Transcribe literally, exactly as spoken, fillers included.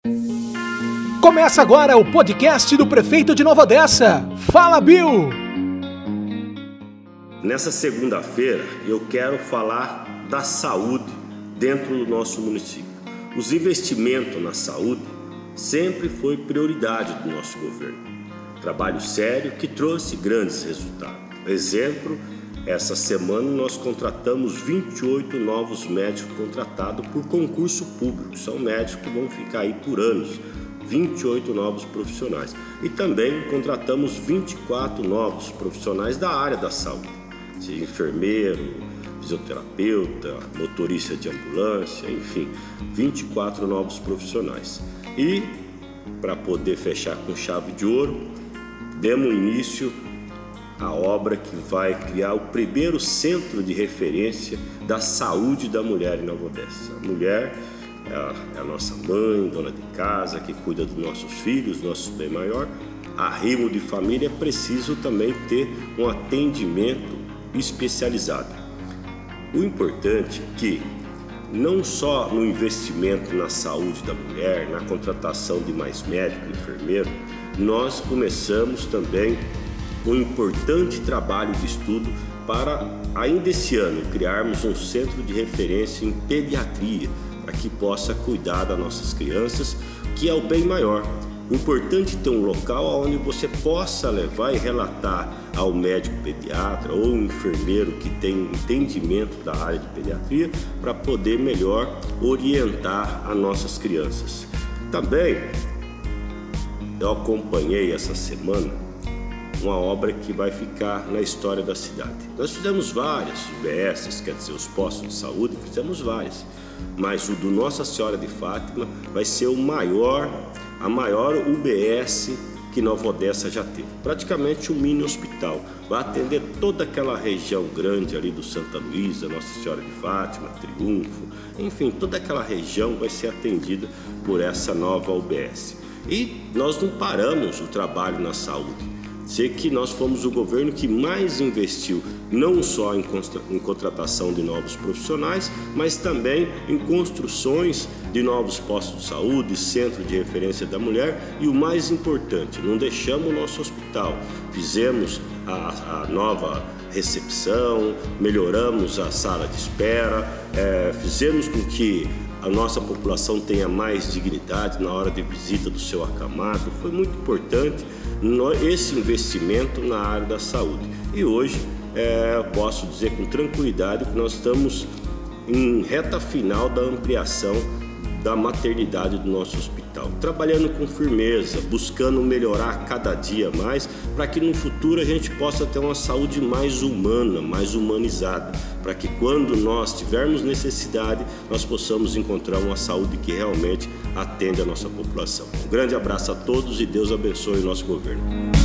Começa agora o podcast do prefeito de Nova Odessa. Fala, Bill! Nessa segunda-feira eu quero falar da saúde dentro do nosso município. Os investimentos na saúde sempre foi prioridade do nosso governo. Trabalho sério que trouxe grandes resultados. Exemplo, essa semana nós contratamos vinte e oito novos médicos contratados por concurso público. São médicos que vão ficar aí por anos. vinte e oito novos profissionais. E também contratamos vinte e quatro novos profissionais da área da saúde. Seja enfermeiro, fisioterapeuta, motorista de ambulância, enfim, vinte e quatro novos profissionais. E, para poder fechar com chave de ouro, demos início à obra que vai criar o primeiro centro de referência da saúde da mulher em Nova Odessa. A mulher É a, é a nossa mãe, dona de casa, que cuida dos nossos filhos, nosso bem maior. Arrimo de família é preciso também ter um atendimento especializado. O importante é que, não só no investimento na saúde da mulher, na contratação de mais médico e enfermeiro, nós começamos também um importante trabalho de estudo para, ainda esse ano, criarmos um centro de referência em pediatria, para que possa cuidar das nossas crianças, que é o bem maior. Importante ter um local onde você possa levar e relatar ao médico pediatra ou enfermeiro que tem entendimento da área de pediatria para poder melhor orientar as nossas crianças. Também eu acompanhei essa semana uma obra que vai ficar na história da cidade. Nós fizemos várias U B S, quer dizer, os postos de saúde, fizemos várias. Mas o do Nossa Senhora de Fátima vai ser o maior, a maior U B S que Nova Odessa já teve. Praticamente um mini hospital. Vai atender toda aquela região grande ali do Santa Luísa, Nossa Senhora de Fátima, Triunfo, enfim, toda aquela região vai ser atendida por essa nova U B S. E nós não paramos o trabalho na saúde. Sei que nós fomos o governo que mais investiu, não só em, em contratação de novos profissionais, mas também em construções de novos postos de saúde, centro de referência da mulher e o mais importante, não deixamos o nosso hospital. Fizemos a, a nova recepção, melhoramos a sala de espera, é, fizemos com que a nossa população tenha mais dignidade na hora de visita do seu acamado. Foi muito importante esse investimento na área da saúde. E hoje é, eu posso dizer com tranquilidade que nós estamos em reta final da ampliação da maternidade do nosso hospital, trabalhando com firmeza, buscando melhorar cada dia mais, para que no futuro a gente possa ter uma saúde mais humana, mais humanizada, para que quando nós tivermos necessidade, nós possamos encontrar uma saúde que realmente atende a nossa população. Um grande abraço a todos e Deus abençoe o nosso governo.